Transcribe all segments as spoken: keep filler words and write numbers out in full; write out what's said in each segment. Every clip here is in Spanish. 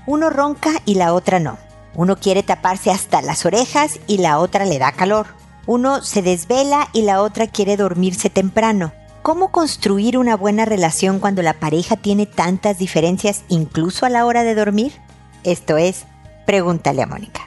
Uno ronca y la otra no. Uno quiere taparse hasta las orejas y la otra le da calor. Uno se desvela y la otra quiere dormirse temprano. ¿Cómo construir una buena relación cuando la pareja tiene tantas diferencias incluso a la hora de dormir? Esto es Pregúntale a Mónica.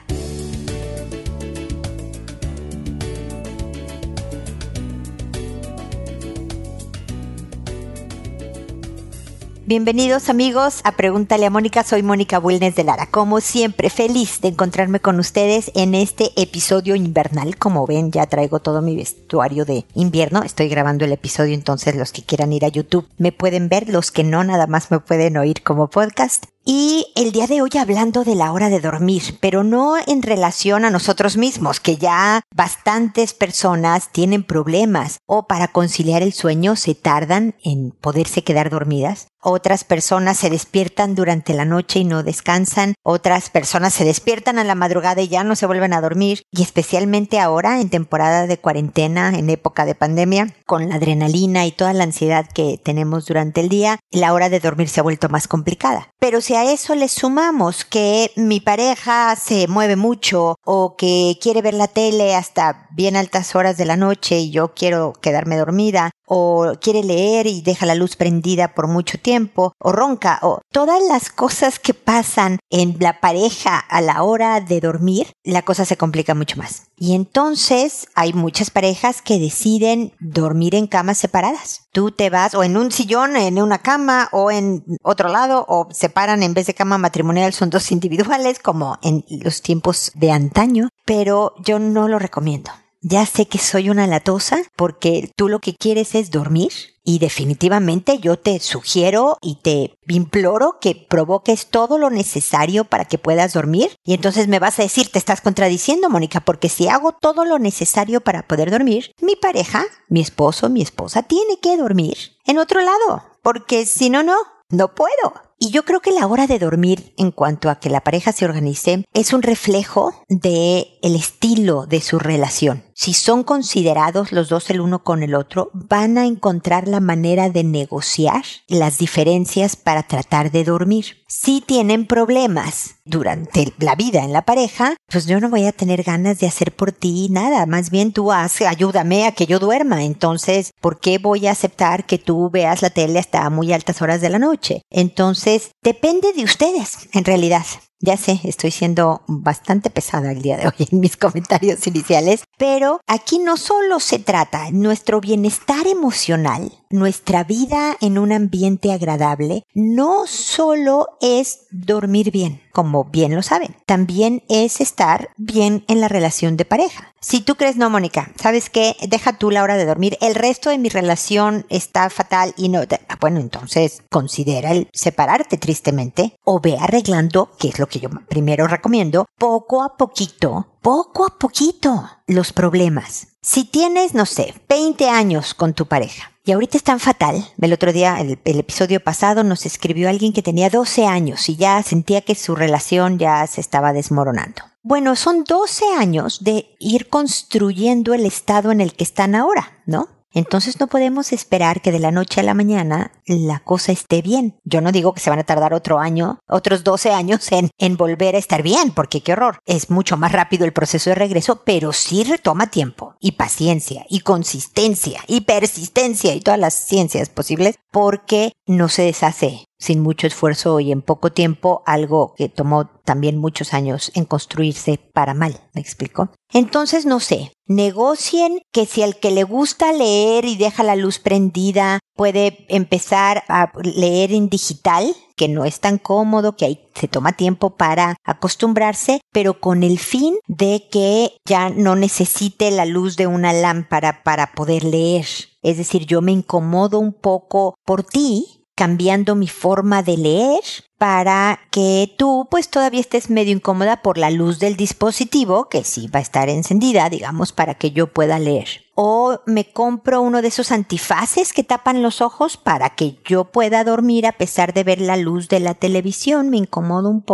Bienvenidos amigos a Pregúntale a Mónica, soy Mónica Bulnes de Lara. Como siempre, feliz de encontrarme con ustedes en este episodio invernal. Como ven, ya traigo todo mi vestuario de invierno. Estoy grabando el episodio, entonces los que quieran ir a YouTube me pueden ver, los que no, nada más me pueden oír como podcast. Y el día de hoy hablando de la hora de dormir, pero no en relación a nosotros mismos, que ya bastantes personas tienen problemas o para conciliar el sueño se tardan en poderse quedar dormidas. Otras personas se despiertan durante la noche y no descansan. Otras personas se despiertan a la madrugada y ya no se vuelven a dormir. Y especialmente ahora, en temporada de cuarentena, en época de pandemia, con la adrenalina y toda la ansiedad que tenemos durante el día, la hora de dormir se ha vuelto más complicada. Pero si a eso le sumamos que mi pareja se mueve mucho o que quiere ver la tele hasta bien altas horas de la noche y yo quiero quedarme dormida, o quiere leer y deja la luz prendida por mucho tiempo, o ronca, o todas las cosas que pasan en la pareja a la hora de dormir, la cosa se complica mucho más. Y entonces hay muchas parejas que deciden dormir en camas separadas. Tú te vas o en un sillón, en una cama, o en otro lado, o separan en vez de cama matrimonial, son dos individuales, como en los tiempos de antaño, pero yo no lo recomiendo. Ya sé que soy una latosa porque tú lo que quieres es dormir y definitivamente yo te sugiero y te imploro que provoques todo lo necesario para que puedas dormir. Y entonces me vas a decir, te estás contradiciendo, Mónica, porque si hago todo lo necesario para poder dormir, mi pareja, mi esposo, mi esposa tiene que dormir en otro lado, porque si no, no, no puedo. Y yo creo que la hora de dormir, en cuanto a que la pareja se organice, es un reflejo de el estilo de su relación. Si son considerados los dos el uno con el otro, van a encontrar la manera de negociar las diferencias para tratar de dormir. Si tienen problemas durante la vida en la pareja, pues yo no voy a tener ganas de hacer por ti nada. Más bien tú haz, ayúdame a que yo duerma. Entonces, ¿por qué voy a aceptar que tú veas la tele hasta muy altas horas de la noche? Entonces, depende de ustedes, en realidad. Ya sé, estoy siendo bastante pesada el día de hoy en mis comentarios iniciales, pero aquí no solo se trata de nuestro bienestar emocional, nuestra vida en un ambiente agradable, no solo es dormir bien, como bien lo saben, también es estar bien en la relación de pareja. Si tú crees, no, Mónica, ¿sabes qué? Deja tú la hora de dormir, el resto de mi relación está fatal y no... Bueno, entonces considera el separarte tristemente o ve arreglando, que es lo que yo primero recomiendo, poco a poquito, poco a poquito los problemas. Si tienes, no sé, veinte años con tu pareja y ahorita están fatal, el otro día, el, el episodio pasado nos escribió alguien que tenía doce años y ya sentía que su relación ya se estaba desmoronando. Bueno, son doce años de ir construyendo el estado en el que están ahora, ¿no? Entonces no podemos esperar que de la noche a la mañana la cosa esté bien. Yo no digo que se van a tardar otro año, otros doce años en, en volver a estar bien, porque qué horror. Es mucho más rápido el proceso de regreso, pero sí retoma tiempo y paciencia y consistencia y persistencia y todas las ciencias posibles, porque no se deshace sin mucho esfuerzo y en poco tiempo algo que tomó también muchos años en construirse para mal, ¿me explico? Entonces, no sé, negocien que si al que le gusta leer y deja la luz prendida puede empezar a leer en digital, que no es tan cómodo, que ahí se toma tiempo para acostumbrarse, pero con el fin de que ya no necesite la luz de una lámpara para poder leer. Es decir, yo me incomodo un poco por ti, cambiando mi forma de leer para que tú pues todavía estés medio incómoda por la luz del dispositivo, que sí va a estar encendida, digamos, para que yo pueda leer. O me compro uno de esos antifaces que tapan los ojos para que yo pueda dormir a pesar de ver la luz de la televisión, me incomodo un poco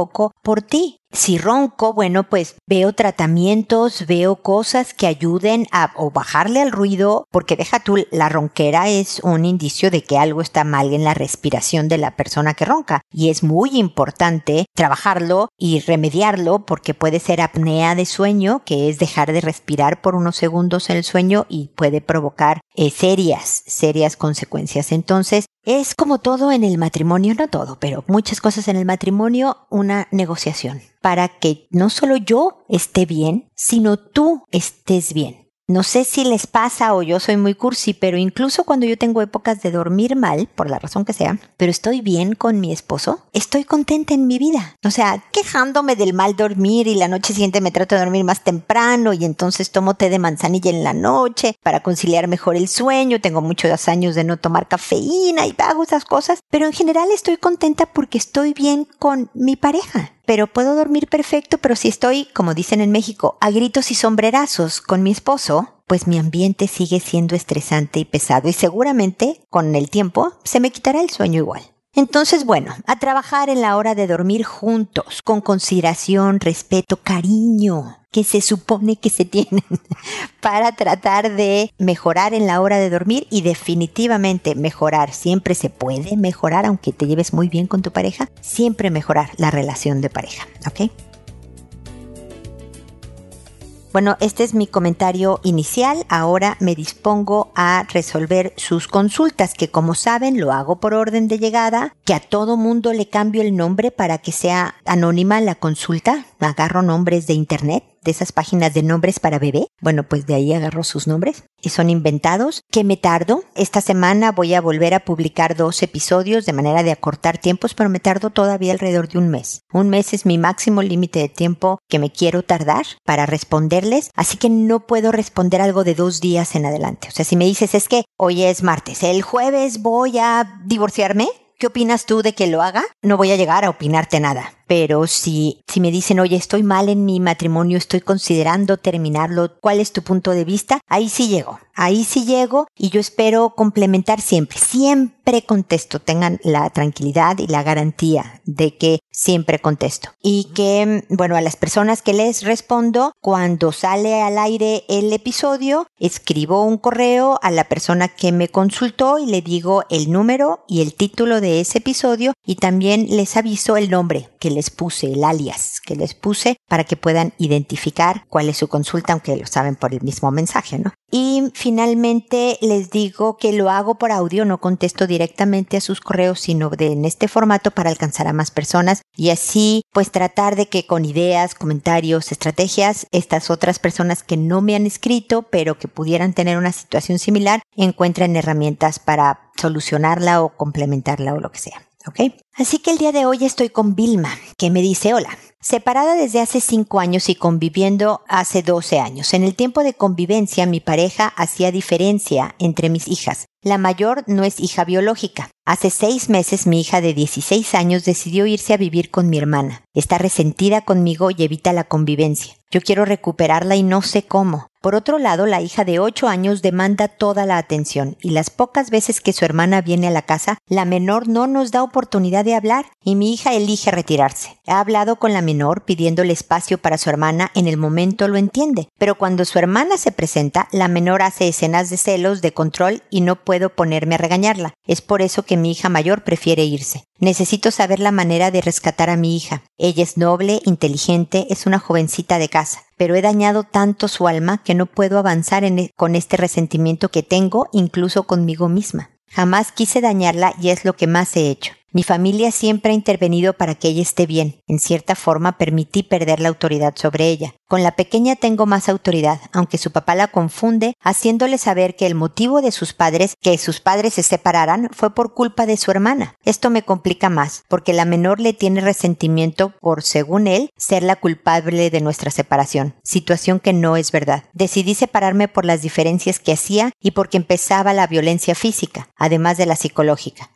por ti. Si ronco, bueno, pues veo tratamientos, veo cosas que ayuden a o bajarle al ruido, porque deja tú, la ronquera es un indicio de que algo está mal en la respiración de la persona que ronca. Y es muy importante trabajarlo y remediarlo porque puede ser apnea de sueño, que es dejar de respirar por unos segundos en el sueño y puede provocar eh, serias, serias consecuencias. Entonces, es como todo en el matrimonio, no todo, pero muchas cosas en el matrimonio, una negociación para que no solo yo esté bien, sino tú estés bien. No sé si les pasa o yo soy muy cursi, pero incluso cuando yo tengo épocas de dormir mal, por la razón que sea, pero estoy bien con mi esposo, estoy contenta en mi vida. O sea, quejándome del mal dormir y la noche siguiente me trato de dormir más temprano y entonces tomo té de manzanilla en la noche para conciliar mejor el sueño. Tengo muchos años de no tomar cafeína y hago esas cosas, pero en general estoy contenta porque estoy bien con mi pareja. Pero puedo dormir perfecto, pero si estoy, como dicen en México, a gritos y sombrerazos con mi esposo, pues mi ambiente sigue siendo estresante y pesado y seguramente, con el tiempo, se me quitará el sueño igual. Entonces, bueno, a trabajar en la hora de dormir juntos, con consideración, respeto, cariño, que se supone que se tienen para tratar de mejorar en la hora de dormir y definitivamente mejorar. Siempre se puede mejorar, aunque te lleves muy bien con tu pareja, siempre mejorar la relación de pareja, ¿ok? Bueno, este es mi comentario inicial. Ahora me dispongo a resolver sus consultas, que como saben lo hago por orden de llegada, que a todo mundo le cambio el nombre para que sea anónima la consulta. Agarro nombres de internet, de esas páginas de nombres para bebé. Bueno, pues de ahí agarro sus nombres y son inventados. ¿Qué me tardo? Esta semana voy a volver a publicar dos episodios de manera de acortar tiempos, pero me tardo todavía alrededor de un mes. Un mes es mi máximo límite de tiempo que me quiero tardar para responderles, así que no puedo responder algo de dos días en adelante. O sea, si me dices, es que hoy es martes, el jueves voy a divorciarme, ¿qué opinas tú de que lo haga? No voy a llegar a opinarte nada. Pero si, si me dicen, oye, estoy mal en mi matrimonio, estoy considerando terminarlo, ¿cuál es tu punto de vista? Ahí sí llego, ahí sí llego y yo espero complementar siempre, siempre contesto, tengan la tranquilidad y la garantía de que siempre contesto. Y que, bueno, a las personas que les respondo, cuando sale al aire el episodio, escribo un correo a la persona que me consultó y le digo el número y el título de ese episodio y también les aviso el nombre que les puse, el alias que les puse para que puedan identificar cuál es su consulta, aunque lo saben por el mismo mensaje, ¿no? Y finalmente les digo que lo hago por audio, no contesto directamente a sus correos, sino de, en este formato para alcanzar a más personas y así pues tratar de que con ideas, comentarios, estrategias, estas otras personas que no me han escrito pero que pudieran tener una situación similar, encuentren herramientas para solucionarla o complementarla o lo que sea. ¿Ok? Así que el día de hoy estoy con Vilma, que me dice, hola, separada desde hace cinco años y conviviendo hace doce años. En el tiempo de convivencia, mi pareja hacía diferencia entre mis hijas. La mayor no es hija biológica. Hace seis meses mi hija de dieciséis años decidió irse a vivir con mi hermana. Está resentida conmigo y evita la convivencia. Yo quiero recuperarla y no sé cómo. Por otro lado, la hija de ocho años demanda toda la atención y las pocas veces que su hermana viene a la casa, la menor no nos da oportunidad de hablar y mi hija elige retirarse. He hablado con la menor pidiéndole espacio para su hermana, en el momento lo entiende, pero cuando su hermana se presenta, la menor hace escenas de celos, de control y no puedo ponerme a regañarla. Es por eso que mi hija mayor prefiere irse. Necesito saber la manera de rescatar a mi hija. Ella es noble, inteligente, es una jovencita de casa, pero he dañado tanto su alma que no puedo avanzar en e- con este resentimiento que tengo, incluso conmigo misma. Jamás quise dañarla y es lo que más he hecho. Mi familia siempre ha intervenido para que ella esté bien. En cierta forma permití perder la autoridad sobre ella. Con la pequeña tengo más autoridad, aunque su papá la confunde, haciéndole saber que el motivo de sus padres, que sus padres se separaran, fue por culpa de su hermana. Esto me complica más, porque la menor le tiene resentimiento por, según él, ser la culpable de nuestra separación, situación que no es verdad. Decidí separarme por las diferencias que hacía y porque empezaba la violencia física, además de la psicológica.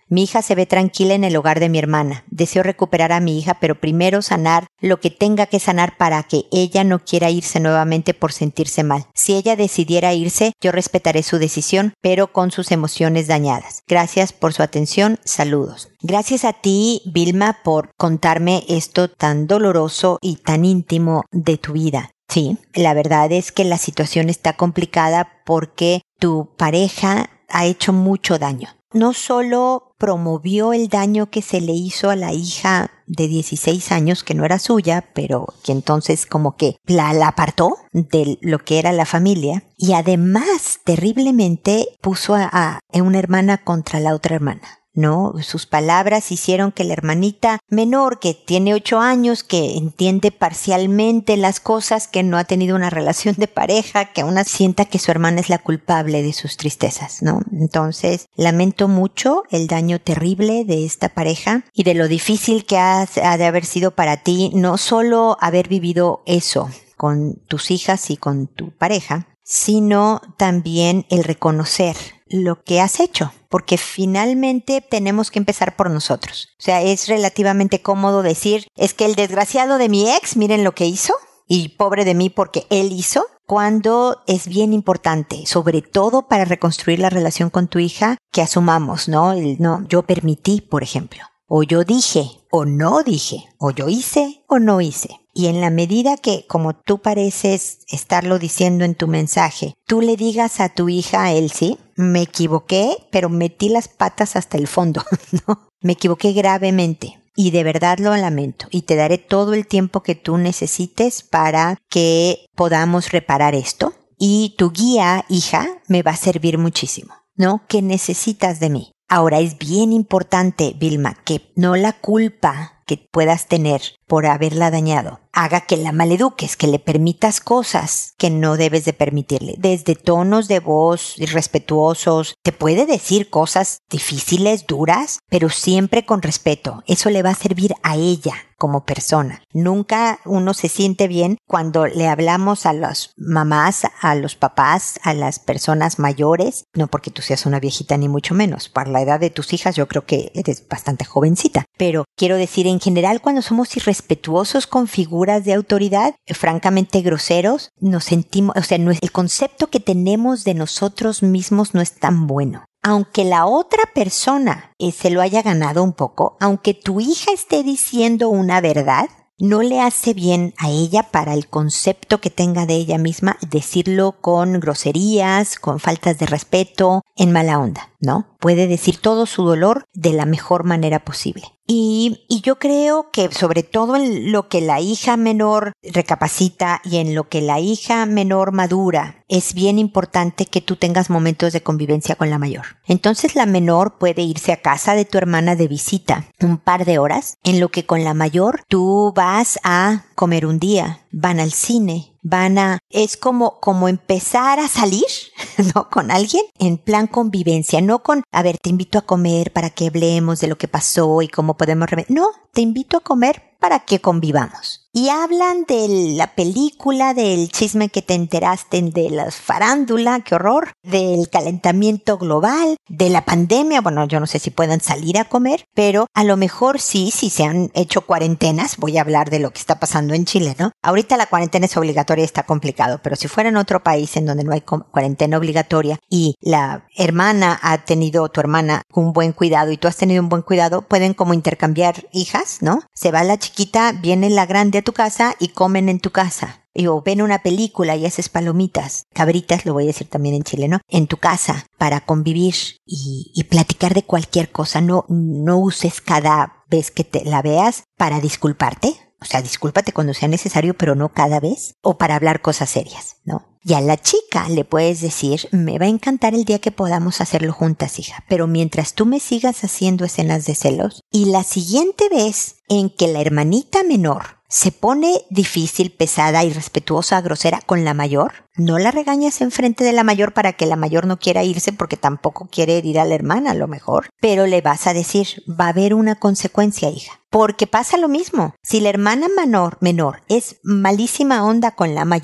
Mi hija se ve tranquila en el hogar de mi hermana. Deseo recuperar a mi hija, pero primero sanar lo que tenga que sanar para que ella no quiera irse nuevamente por sentirse mal. Si ella decidiera irse, yo respetaré su decisión, pero con sus emociones dañadas. Gracias por su atención. Saludos. Gracias a ti, Vilma, por contarme esto tan doloroso y tan íntimo de tu vida. Sí, la verdad es que la situación está complicada porque tu pareja ha hecho mucho daño. No solo promovió el daño que se le hizo a la hija de dieciséis años, que no era suya, pero que entonces como que la, la apartó de lo que era la familia, y además terriblemente puso a, a una hermana contra la otra hermana. ¿No? Sus palabras hicieron que la hermanita menor, que tiene ocho años, que entiende parcialmente las cosas, que no ha tenido una relación de pareja, que aún sienta que su hermana es la culpable de sus tristezas, ¿no? Entonces, lamento mucho el daño terrible de esta pareja y de lo difícil que ha, ha de haber sido para ti, no solo haber vivido eso con tus hijas y con tu pareja, sino también el reconocer lo que has hecho, porque finalmente tenemos que empezar por nosotros. O sea, es relativamente cómodo decir, es que el desgraciado de mi ex, miren lo que hizo, y pobre de mí porque él hizo, cuando es bien importante, sobre todo para reconstruir la relación con tu hija, que asumamos, ¿no? El, no, yo permití, por ejemplo, o yo dije, o no dije, o yo hice, o no hice. Y en la medida que, como tú pareces estarlo diciendo en tu mensaje, tú le digas a tu hija, Elsie, me equivoqué, pero metí las patas hasta el fondo, ¿no? Me equivoqué gravemente y de verdad lo lamento y te daré todo el tiempo que tú necesites para que podamos reparar esto. Y tu guía, hija, me va a servir muchísimo, ¿no? ¿Qué necesitas de mí? Ahora es bien importante, Vilma, que no la culpa que puedas tener por haberla dañado haga que la maleduques, que le permitas cosas que no debes de permitirle. Desde tonos de voz irrespetuosos, te puede decir cosas difíciles, duras, pero siempre con respeto. Eso le va a servir a ella como persona. Nunca uno se siente bien cuando le hablamos a las mamás, a los papás, a las personas mayores, no porque tú seas una viejita ni mucho menos. Para la edad de tus hijas yo creo que eres bastante jovencita, pero quiero decir, en general, cuando somos irrespetuosos con figuras de autoridad, eh, francamente groseros, nos sentimos, o sea, no es, el concepto que tenemos de nosotros mismos no es tan bueno. Aunque la otra persona eh, se lo haya ganado un poco, aunque tu hija esté diciendo una verdad, no le hace bien a ella para el concepto que tenga de ella misma decirlo con groserías, con faltas de respeto, en mala onda, ¿no? Puede decir todo su dolor de la mejor manera posible. Y, y yo creo que sobre todo en lo que la hija menor recapacita y en lo que la hija menor madura, es bien importante que tú tengas momentos de convivencia con la mayor. Entonces la menor puede irse a casa de tu hermana de visita un par de horas, en lo que con la mayor tú vas a comer un día, van al cine, van a, es como, como empezar a salir, ¿no? Con alguien en plan convivencia, no con, a ver, te invito a comer para que hablemos de lo que pasó y cómo podemos remediar. No, te invito a comer para que convivamos. Y hablan de la película, del chisme que te enteraste, de la farándula, qué horror, del calentamiento global, de la pandemia. Bueno, yo no sé si puedan salir a comer, pero a lo mejor sí, si se han hecho cuarentenas, voy a hablar de lo que está pasando en Chile, ¿no? Ahorita la cuarentena es obligatoria y está complicado, pero si fuera en otro país en donde no hay cuarentena obligatoria y la hermana ha tenido, tu hermana, un buen cuidado y tú has tenido un buen cuidado, pueden como intercambiar hijas, ¿no? Se va la chiquita, viene la grande a tu casa y comen en tu casa. O ven una película y haces palomitas, cabritas, lo voy a decir también en Chile, ¿no? En tu casa para convivir y, y platicar de cualquier cosa. No, no uses cada vez que te la veas para disculparte. O sea, discúlpate cuando sea necesario, pero no cada vez. O para hablar cosas serias, ¿no? Y a la chica le puedes decir, me va a encantar el día que podamos hacerlo juntas, hija. Pero mientras tú me sigas haciendo escenas de celos, y la siguiente vez en que la hermanita menor se pone difícil, pesada, irrespetuosa, grosera con la mayor, no la regañas enfrente de la mayor para que la mayor no quiera irse porque tampoco quiere herir a la hermana a lo mejor, pero le vas a decir, va a haber una consecuencia, hija. Porque pasa lo mismo. Si la hermana menor, menor es malísima onda con la mayor,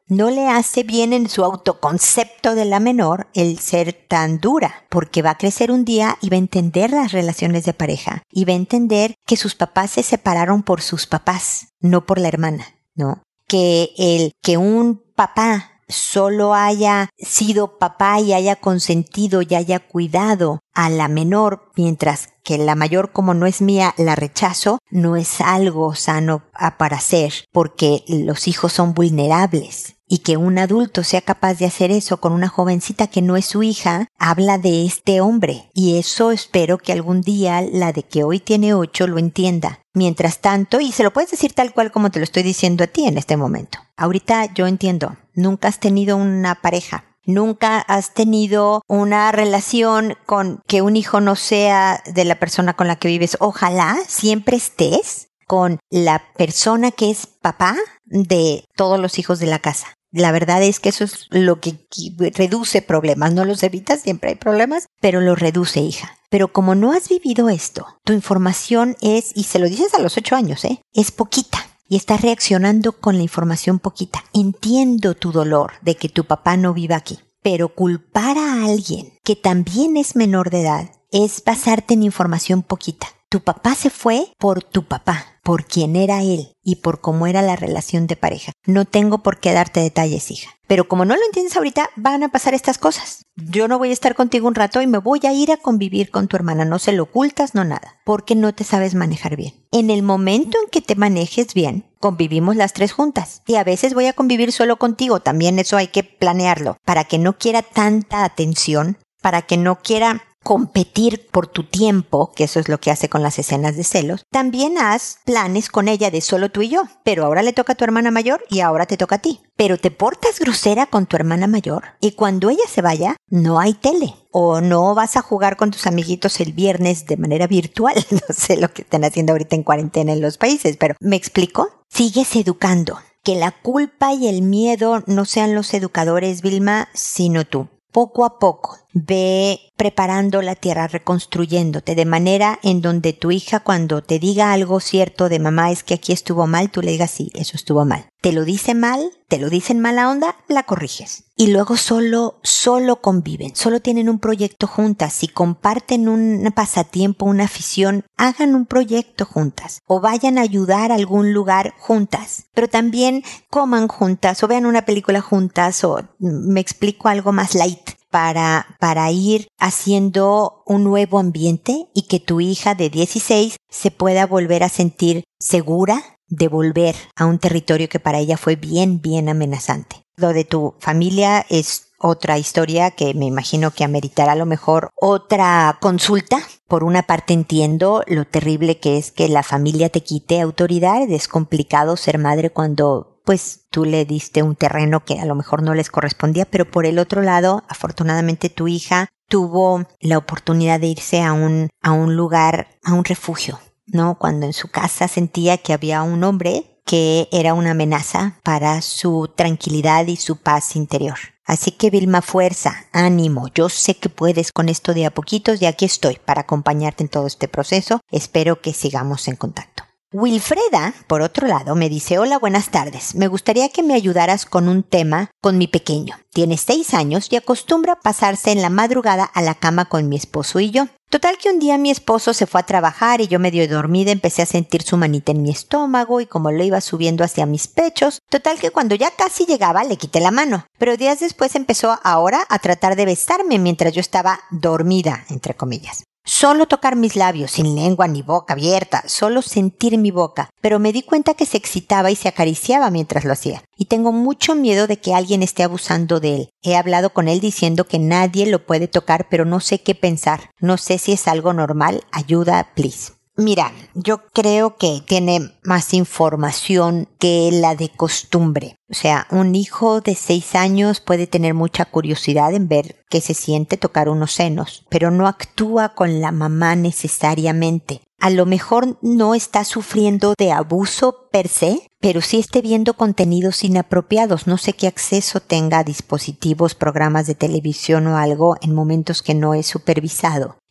No le hace bien en su autoconcepto de la menor el ser tan dura, porque va a crecer un día y va a entender las relaciones de pareja y va a entender que sus papás se separaron por sus papás, no por la hermana, ¿no? Que el que un papá solo haya sido papá y haya consentido y haya cuidado a la menor, mientras que la mayor, como no es mía, la rechazo, no es algo sano para hacer, porque los hijos son vulnerables. Y que un adulto sea capaz de hacer eso con una jovencita que no es su hija, habla de este hombre. Y eso espero que algún día la de que hoy tiene ocho lo entienda. Mientras tanto, y se lo puedes decir tal cual como te lo estoy diciendo a ti en este momento. Ahorita yo entiendo, nunca has tenido una pareja. Nunca has tenido una relación con que un hijo no sea de la persona con la que vives. Ojalá siempre estés con la persona que es papá de todos los hijos de la casa. La verdad es que eso es lo que reduce problemas. No los evita, siempre hay problemas, pero los reduce, hija. Pero como no has vivido esto, tu información es, y se lo dices a los ocho años, ¿eh? Es poquita. Y estás reaccionando con la información poquita. Entiendo tu dolor de que tu papá no viva aquí, pero culpar a alguien que también es menor de edad es basarte en información poquita. Tu papá se fue por tu papá, por quién era él y por cómo era la relación de pareja. No tengo por qué darte detalles, hija. Pero como no lo entiendes ahorita, van a pasar estas cosas. Yo no voy a estar contigo un rato y me voy a ir a convivir con tu hermana. No se lo ocultas, no nada, porque no te sabes manejar bien. En el momento en que te manejes bien, convivimos las tres juntas. Y a veces voy a convivir solo contigo. También eso hay que planearlo. Para que no quiera tanta atención, para que no quiera competir por tu tiempo, que eso es lo que hace con las escenas de celos. También haz planes con ella de solo tú y yo, pero ahora le toca a tu hermana mayor y ahora te toca a ti. Pero te portas grosera con tu hermana mayor y cuando ella se vaya, no hay tele. O no vas a jugar con tus amiguitos el viernes de manera virtual. No sé lo que están haciendo ahorita en cuarentena en los países, pero ¿me explico? Sigues educando. Que la culpa y el miedo no sean los educadores, Vilma, sino tú. Poco a poco, ve preparando la tierra, reconstruyéndote, de manera en donde tu hija cuando te diga algo cierto de mamá es que aquí estuvo mal, tú le digas sí, eso estuvo mal. Te lo dice mal, te lo dice en mala onda, la corriges. Y luego solo, solo conviven, solo tienen un proyecto juntas. Si comparten un pasatiempo, una afición, hagan un proyecto juntas. O vayan a ayudar a algún lugar juntas. Pero también coman juntas, o vean una película juntas, o me explico algo más light. Para, para ir haciendo un nuevo ambiente y que tu hija de dieciséis se pueda volver a sentir segura de volver a un territorio que para ella fue bien, bien amenazante. Lo de tu familia es otra historia que me imagino que ameritará a lo mejor otra consulta. Por una parte entiendo lo terrible que es que la familia te quite autoridad. Es complicado ser madre cuando pues tú le diste un terreno que a lo mejor no les correspondía, pero por el otro lado, afortunadamente tu hija tuvo la oportunidad de irse a un, a un lugar, a un refugio, ¿no? Cuando en su casa sentía que había un hombre que era una amenaza para su tranquilidad y su paz interior. Así que Vilma, fuerza, ánimo, yo sé que puedes con esto de a poquitos y aquí estoy para acompañarte en todo este proceso. Espero que sigamos en contacto. Wilfreda, por otro lado, me dice, hola, buenas tardes. Me gustaría que me ayudaras con un tema con mi pequeño. Tiene seis años y acostumbra pasarse en la madrugada a la cama con mi esposo y yo. Total que un día mi esposo se fue a trabajar y yo medio dormida empecé a sentir su manita en mi estómago y como lo iba subiendo hacia mis pechos. Total que cuando ya casi llegaba le quité la mano. Pero días después empezó ahora a tratar de besarme mientras yo estaba dormida, entre comillas. Solo tocar mis labios, sin lengua ni boca abierta, solo sentir mi boca, pero me di cuenta que se excitaba y se acariciaba mientras lo hacía. Y tengo mucho miedo de que alguien esté abusando de él. He hablado con él diciendo que nadie lo puede tocar, pero no sé qué pensar. No sé si es algo normal. Ayuda, please. Mira, yo creo que tiene más información que la de costumbre. O sea, un hijo de seis años puede tener mucha curiosidad en ver qué se siente tocar unos senos, pero no actúa con la mamá necesariamente. A lo mejor no está sufriendo de abuso per se, pero sí esté viendo contenidos inapropiados. No sé qué acceso tenga a dispositivos, programas de televisión o algo en momentos que no es supervisado.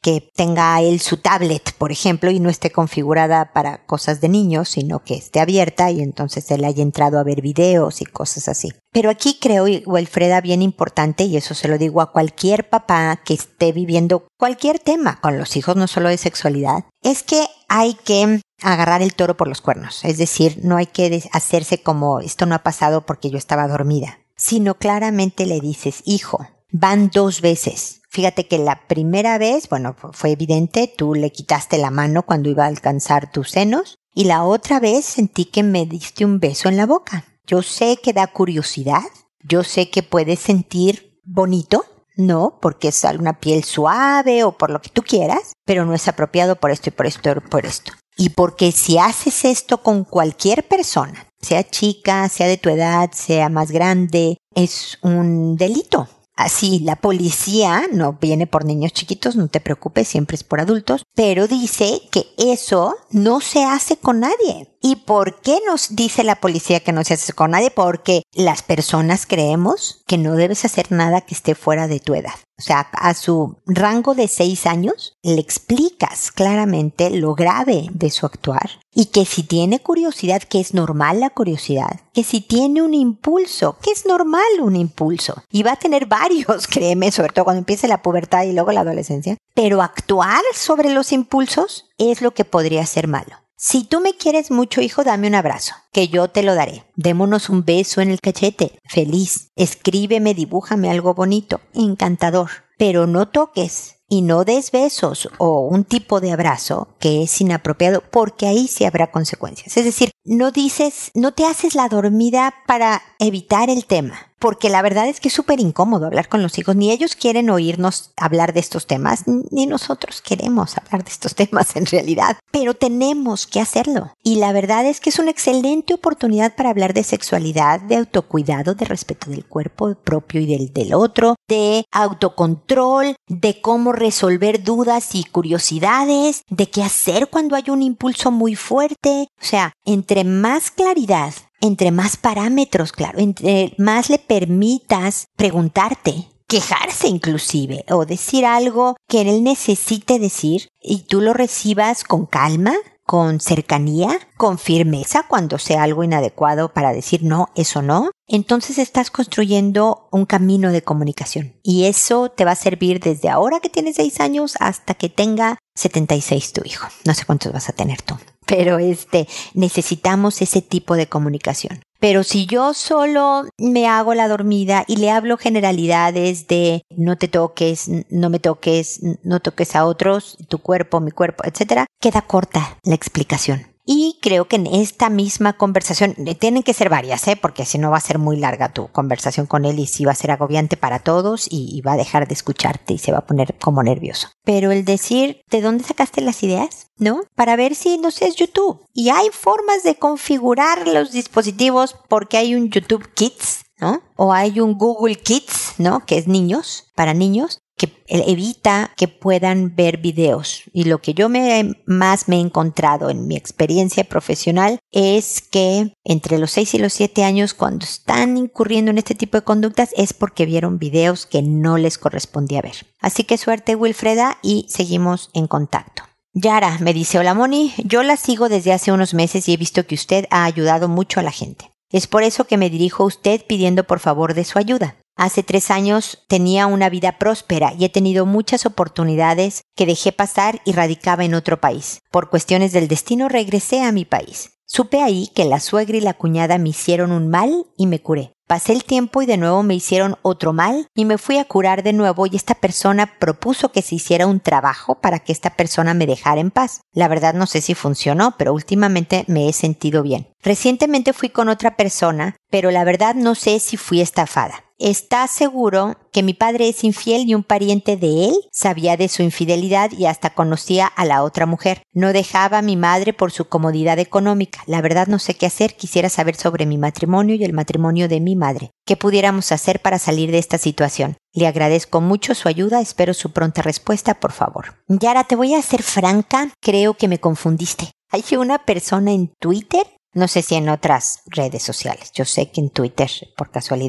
que tenga él su tablet, por ejemplo, y no esté configurada para cosas de niños, sino que esté abierta y entonces él haya entrado a ver videos y cosas así. Pero aquí creo, Wilfreda, bien importante, y eso se lo digo a cualquier papá que esté viviendo cualquier tema con los hijos, no solo de sexualidad, es que hay que agarrar el toro por los cuernos. Es decir, no hay que hacerse como esto no ha pasado porque yo estaba dormida, sino claramente le dices, hijo, van dos veces. Fíjate que la primera vez, bueno, fue evidente, tú le quitaste la mano cuando iba a alcanzar tus senos, y la otra vez sentí que me diste un beso en la boca. Yo sé que da curiosidad, yo sé que puedes sentir bonito, ¿no? Porque es una piel suave o por lo que tú quieras, pero no es apropiado por esto y por esto y por esto. Y porque si haces esto con cualquier persona, sea chica, sea de tu edad, sea más grande, es un delito. Así, la policía no viene por niños chiquitos, no te preocupes, siempre es por adultos, pero dice que eso no se hace con nadie. ¿Y por qué nos dice la policía que no se hace con nadie? Porque las personas creemos que no debes hacer nada que esté fuera de tu edad. O sea, a su rango de seis años le explicas claramente lo grave de su actuar y que si tiene curiosidad, que es normal la curiosidad, que si tiene un impulso, que es normal un impulso, y va a tener varios, créeme, sobre todo cuando empiece la pubertad y luego la adolescencia, pero actuar sobre los impulsos es lo que podría ser malo. Si tú me quieres mucho, hijo, dame un abrazo, que yo te lo daré. Démonos un beso en el cachete, feliz. Escríbeme, dibújame algo bonito, encantador. Pero no toques y no des besos o un tipo de abrazo que es inapropiado, porque ahí sí habrá consecuencias. Es decir, no dices, no te haces la dormida para evitar el tema. Porque la verdad es que es súper incómodo hablar con los hijos. Ni ellos quieren oírnos hablar de estos temas, ni nosotros queremos hablar de estos temas en realidad. Pero tenemos que hacerlo. Y la verdad es que es una excelente oportunidad para hablar de sexualidad, de autocuidado, de respeto del cuerpo propio y del, del otro, de autocontrol, de cómo resolver dudas y curiosidades, de qué hacer cuando hay un impulso muy fuerte. O sea, entre más claridad, entre más parámetros, claro, entre más le permitas preguntarte, quejarse inclusive, o decir algo que él necesite decir y tú lo recibas con calma, con cercanía, con firmeza cuando sea algo inadecuado para decir no, eso no, entonces estás construyendo un camino de comunicación. Y eso te va a servir desde ahora que tienes seis años hasta que tenga setenta y seis tu hijo. No sé cuántos vas a tener tú. Pero este, necesitamos ese tipo de comunicación. Pero si yo solo me hago la dormida y le hablo generalidades de no te toques, no me toques, no toques a otros, tu cuerpo, mi cuerpo, etcétera, queda corta la explicación. Y creo que en esta misma conversación, tienen que ser varias, ¿eh? Porque si no va a ser muy larga tu conversación con él y sí va a ser agobiante para todos y, y va a dejar de escucharte y se va a poner como nervioso. Pero el decir, ¿de dónde sacaste las ideas? ¿No? Para ver si, no sé, es YouTube. Y hay formas de configurar los dispositivos porque hay un YouTube Kids, ¿no? O hay un Google Kids, ¿no? Que es niños, para niños, que evita que puedan ver videos. Y lo que yo me, más me he encontrado en mi experiencia profesional es que entre los seis y los siete años, cuando están incurriendo en este tipo de conductas, es porque vieron videos que no les correspondía ver. Así que suerte, Wilfreda, y seguimos en contacto. Yara me dice, hola Moni, yo la sigo desde hace unos meses y he visto que usted ha ayudado mucho a la gente. Es por eso que me dirijo a usted pidiendo por favor de su ayuda. Hace tres años tenía una vida próspera y he tenido muchas oportunidades que dejé pasar y radicaba en otro país. Por cuestiones del destino regresé a mi país. Supe ahí que la suegra y la cuñada me hicieron un mal y me curé. Pasé el tiempo y de nuevo me hicieron otro mal y me fui a curar de nuevo y esta persona propuso que se hiciera un trabajo para que esta persona me dejara en paz. La verdad no sé si funcionó, pero últimamente me he sentido bien. Recientemente fui con otra persona, pero la verdad no sé si fui estafada. Está seguro que mi padre es infiel y un pariente de él sabía de su infidelidad y hasta conocía a la otra mujer. No dejaba a mi madre por su comodidad económica. La verdad no sé qué hacer. Quisiera saber sobre mi matrimonio y el matrimonio de mi madre. ¿Qué pudiéramos hacer para salir de esta situación? Le agradezco mucho su ayuda. Espero su pronta respuesta, por favor. Yara, te voy a ser franca. Creo que me confundiste. Hay una persona en Twitter, no sé si en otras redes sociales. Yo sé que en Twitter, por casualidad,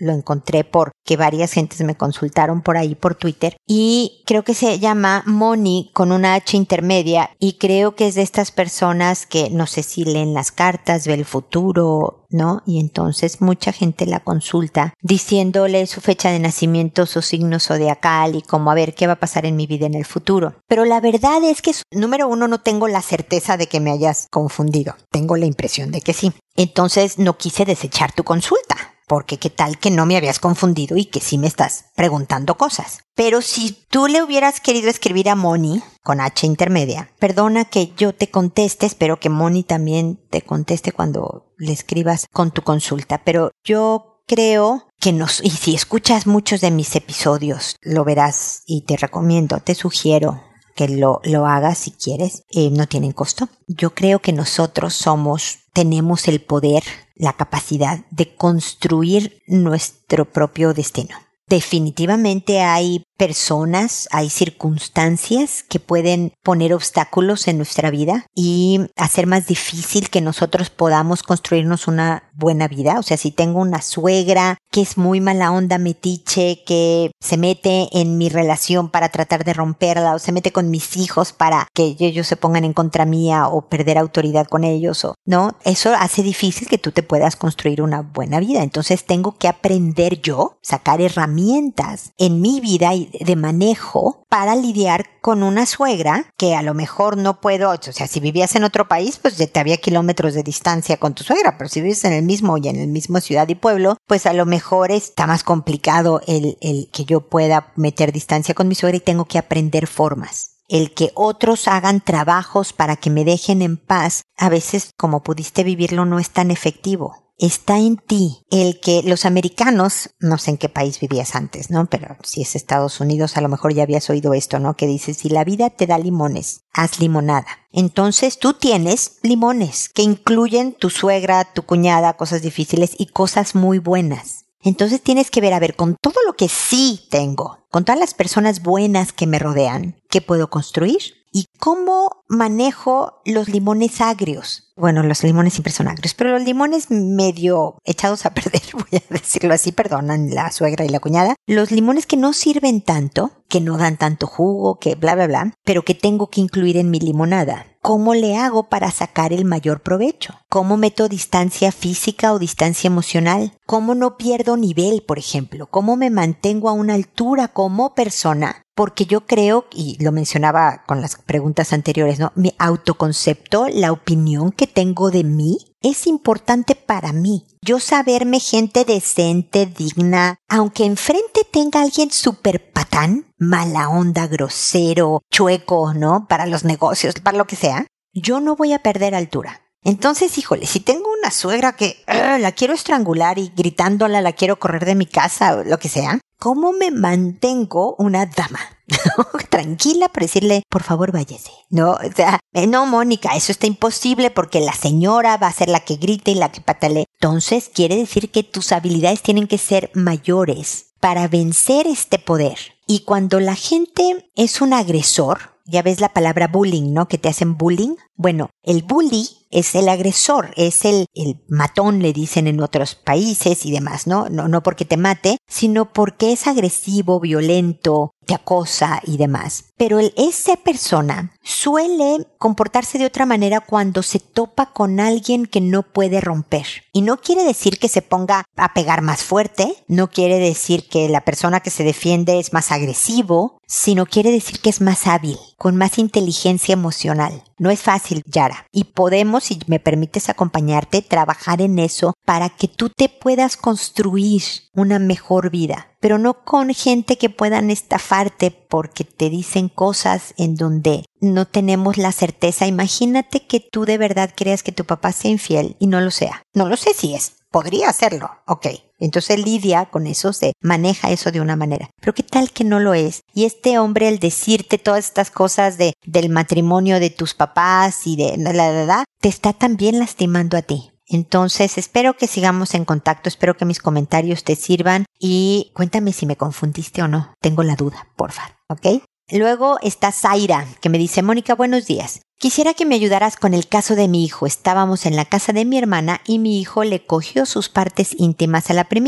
lo encontré porque varias gentes me consultaron por ahí por Twitter y creo que se llama Moni con una H intermedia y creo que es de estas personas que no sé si leen las cartas, ve el futuro, ¿no? Y entonces mucha gente la consulta diciéndole su fecha de nacimiento, su signo zodiacal y como a ver qué va a pasar en mi vida en el futuro. Pero la verdad es que, número uno, no tengo la certeza de que me hayas confundido. Tengo la impresión de que sí. Entonces no quise desechar tu consulta, porque qué tal que no me habías confundido y que sí me estás preguntando cosas. Pero si tú le hubieras querido escribir a Moni, con H intermedia, perdona que yo te conteste, espero que Moni también te conteste cuando le escribas con tu consulta, pero yo creo que nos, y si escuchas muchos de mis episodios, lo verás y te recomiendo, te sugiero que lo, lo hagas si quieres, eh, no tienen costo. Yo creo que nosotros somos, tenemos el poder, la capacidad de construir nuestro propio destino. Definitivamente hay personas, hay circunstancias que pueden poner obstáculos en nuestra vida y hacer más difícil que nosotros podamos construirnos una buena vida. O sea, si tengo una suegra que es muy mala onda, metiche, que se mete en mi relación para tratar de romperla o se mete con mis hijos para que ellos se pongan en contra mía o perder autoridad con ellos, o no, eso hace difícil que tú te puedas construir una buena vida. Entonces tengo que aprender yo, sacar herramientas en mi vida y de manejo para lidiar con una suegra que a lo mejor no puedo, o sea, si vivías en otro país, pues ya te había kilómetros de distancia con tu suegra, pero si vives en el mismo y en el mismo ciudad y pueblo, pues a lo mejor está más complicado el, el que yo pueda meter distancia con mi suegra y tengo que aprender formas. El que otros hagan trabajos para que me dejen en paz, a veces como pudiste vivirlo no es tan efectivo. Está en ti el que los americanos, no sé en qué país vivías antes, ¿no? Pero si es Estados Unidos, a lo mejor ya habías oído esto, ¿no? Que dice, si la vida te da limones, haz limonada. Entonces tú tienes limones que incluyen tu suegra, tu cuñada, cosas difíciles y cosas muy buenas. Entonces tienes que ver, a ver, con todo lo que sí tengo, con todas las personas buenas que me rodean, ¿qué puedo construir? ¿Y cómo manejo los limones agrios? Bueno, los limones siempre son agrios, pero los limones medio echados a perder, voy a decirlo así, perdonan la suegra y la cuñada. Los limones que no sirven tanto, que no dan tanto jugo, que bla, bla, bla, pero que tengo que incluir en mi limonada. ¿Cómo le hago para sacar el mayor provecho? ¿Cómo meto distancia física o distancia emocional? ¿Cómo no pierdo nivel, por ejemplo? ¿Cómo me mantengo a una altura como persona? Porque yo creo, y lo mencionaba con las preguntas anteriores, ¿no? Mi autoconcepto, la opinión que tengo de mí, es importante para mí. Yo saberme gente decente, digna, aunque enfrente tenga alguien súper patán, mala onda, grosero, chueco, ¿no? Para los negocios, para lo que sea, yo no voy a perder altura. Entonces, híjole, si tengo una suegra que uh, la quiero estrangular y gritándola la quiero correr de mi casa o lo que sea, ¿cómo me mantengo una dama? Tranquila para decirle, por favor, váyase. No, o sea, eh, no, Mónica, eso está imposible porque la señora va a ser la que grite y la que patale. Entonces, quiere decir que tus habilidades tienen que ser mayores para vencer este poder. Y cuando la gente es un agresor, ya ves la palabra bullying, ¿no? Que te hacen bullying. Bueno, el bully es el agresor, es el, el matón, le dicen en otros países y demás, ¿no? No, no porque te mate, sino porque es agresivo, violento, te acosa y demás. Pero el, esa persona suele comportarse de otra manera cuando se topa con alguien que no puede romper. Y no quiere decir que se ponga a pegar más fuerte, no quiere decir que la persona que se defiende es más agresivo, sino quiere decir que es más hábil, con más inteligencia emocional. No es fácil, Yara, y podemos, si me permites acompañarte, trabajar en eso para que tú te puedas construir una mejor vida, pero no con gente que puedan estafarte porque te dicen cosas en donde no tenemos la certeza. Imagínate que tú de verdad creas que tu papá sea infiel y no lo sea. No lo sé si es. Podría hacerlo, ok. Entonces lidia con eso, se maneja eso de una manera. Pero ¿qué tal que no lo es? Y este hombre, al decirte todas estas cosas de del matrimonio de tus papás y de la edad, te está también lastimando a ti. Entonces, espero que sigamos en contacto, espero que mis comentarios te sirvan y cuéntame si me confundiste o no. Tengo la duda, porfa, ¿ok? Luego está Zaira, que me dice, Mónica, buenos días. Quisiera que me ayudaras con el caso de mi hijo. Estábamos en la casa de mi hermana y mi hijo le cogió sus partes íntimas a la primita.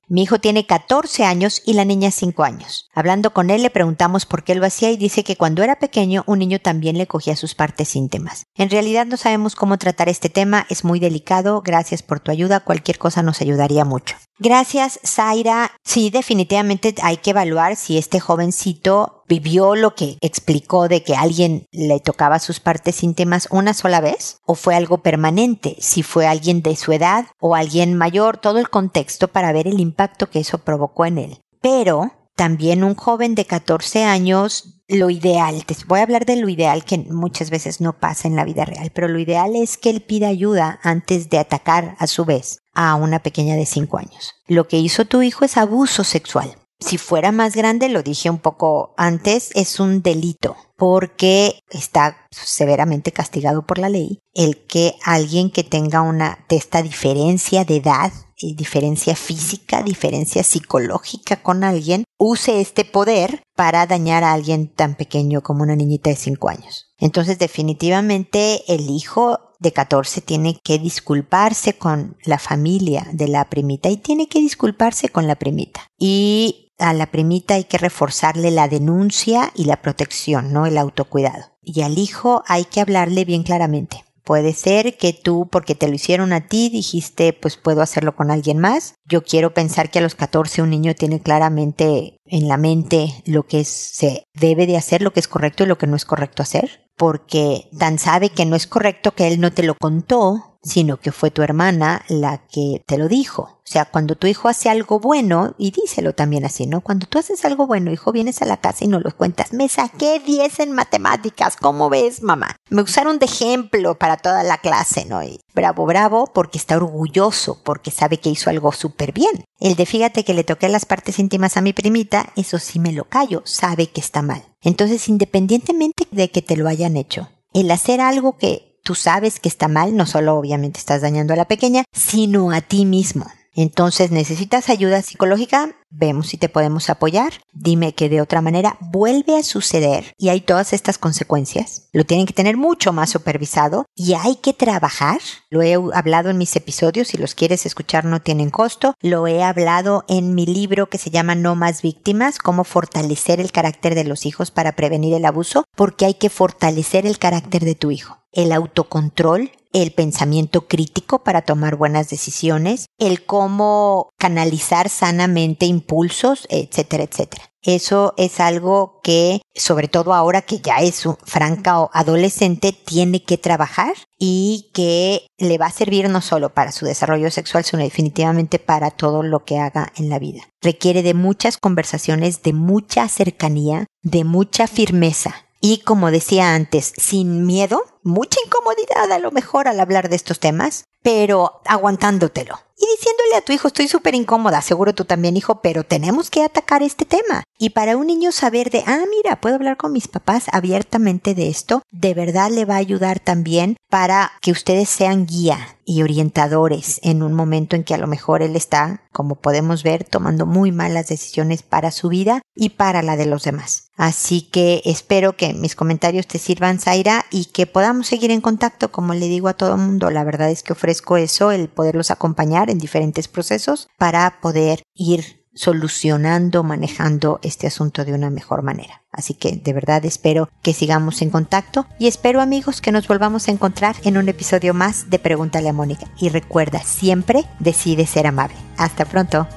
Mi hijo tiene catorce años y la niña cinco años. Hablando con él le preguntamos por qué lo hacía y dice que cuando era pequeño un niño también le cogía sus partes íntimas. En realidad no sabemos cómo tratar este tema, es muy delicado. Gracias por tu ayuda, cualquier cosa nos ayudaría mucho. Gracias, Zaira. Sí, definitivamente hay que evaluar si este jovencito vivió lo que explicó de que alguien le tocaba sus partes íntimas una sola vez o fue algo permanente, si fue alguien de su edad o alguien mayor, todo el contexto para ver el impacto que eso provocó en él. Pero también un joven de catorce años, lo ideal, te voy a hablar de lo ideal que muchas veces no pasa en la vida real, pero lo ideal es que él pida ayuda antes de atacar a su vez a una pequeña de cinco años. Lo que hizo tu hijo es abuso sexual. Si fuera más grande, lo dije un poco antes, es un delito porque está severamente castigado por la ley el que alguien que tenga una de esta diferencia de edad, diferencia física, diferencia psicológica con alguien, use este poder para dañar a alguien tan pequeño como una niñita de cinco años. Entonces, definitivamente, el hijo de catorce tiene que disculparse con la familia de la primita y tiene que disculparse con la primita. Y a la primita hay que reforzarle la denuncia y la protección, no el autocuidado. Y al hijo hay que hablarle bien claramente. Puede ser que tú, porque te lo hicieron a ti, dijiste, pues puedo hacerlo con alguien más. Yo quiero pensar que a los catorce un niño tiene claramente en la mente lo que es, se debe de hacer, lo que es correcto y lo que no es correcto hacer. Porque tan sabe que no es correcto que él no te lo contó, sino que fue tu hermana la que te lo dijo. O sea, cuando tu hijo hace algo bueno, y díselo también así, ¿no? Cuando tú haces algo bueno, hijo, vienes a la casa y nos lo cuentas. Me saqué diez en matemáticas, ¿cómo ves, mamá? Me usaron de ejemplo para toda la clase, ¿no? Y bravo, bravo, porque está orgulloso, porque sabe que hizo algo súper bien. El de fíjate que le toqué las partes íntimas a mi primita, eso sí me lo callo, sabe que está mal. Entonces, independientemente de que te lo hayan hecho, el hacer algo que tú sabes que está mal, no solo obviamente estás dañando a la pequeña, sino a ti mismo. Entonces, ¿necesitas ayuda psicológica? Vemos si te podemos apoyar. Dime que de otra manera vuelve a suceder y hay todas estas consecuencias. Lo tienen que tener mucho más supervisado y hay que trabajar. Lo he hablado en mis episodios, si los quieres escuchar no tienen costo. Lo he hablado en mi libro que se llama No Más Víctimas, cómo fortalecer el carácter de los hijos para prevenir el abuso, porque hay que fortalecer el carácter de tu hijo. El autocontrol, el pensamiento crítico para tomar buenas decisiones, el cómo canalizar sanamente impulsos, etcétera, etcétera. Eso es algo que, sobre todo ahora que ya es un franca o adolescente, tiene que trabajar y que le va a servir no solo para su desarrollo sexual, sino definitivamente para todo lo que haga en la vida. Requiere de muchas conversaciones, de mucha cercanía, de mucha firmeza. Y como decía antes, sin miedo, mucha incomodidad a lo mejor al hablar de estos temas, pero aguantándotelo. Y diciéndole a tu hijo, estoy súper incómoda, seguro tú también, hijo, pero tenemos que atacar este tema. Y para un niño saber de, ah, mira, puedo hablar con mis papás abiertamente de esto, de verdad le va a ayudar también para que ustedes sean guía y orientadores en un momento en que a lo mejor él está, como podemos ver, tomando muy malas decisiones para su vida y para la de los demás. Así que espero que mis comentarios te sirvan, Zaira, y que podamos seguir en contacto, como le digo a todo el mundo. La verdad es que ofrezco eso, el poderlos acompañar en diferentes procesos para poder ir solucionando, manejando este asunto de una mejor manera. Así que de verdad espero que sigamos en contacto y espero, amigos, que nos volvamos a encontrar en un episodio más de Pregúntale a Mónica. Y recuerda, siempre decide ser amable. Hasta pronto.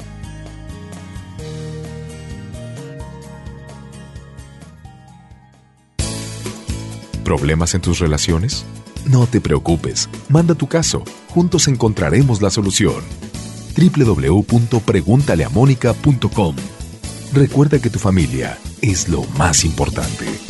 ¿Problemas en tus relaciones? No te preocupes, manda tu caso, juntos encontraremos la solución. doble u doble u doble u punto pregúntale a mónica punto com. Recuerda que tu familia es lo más importante.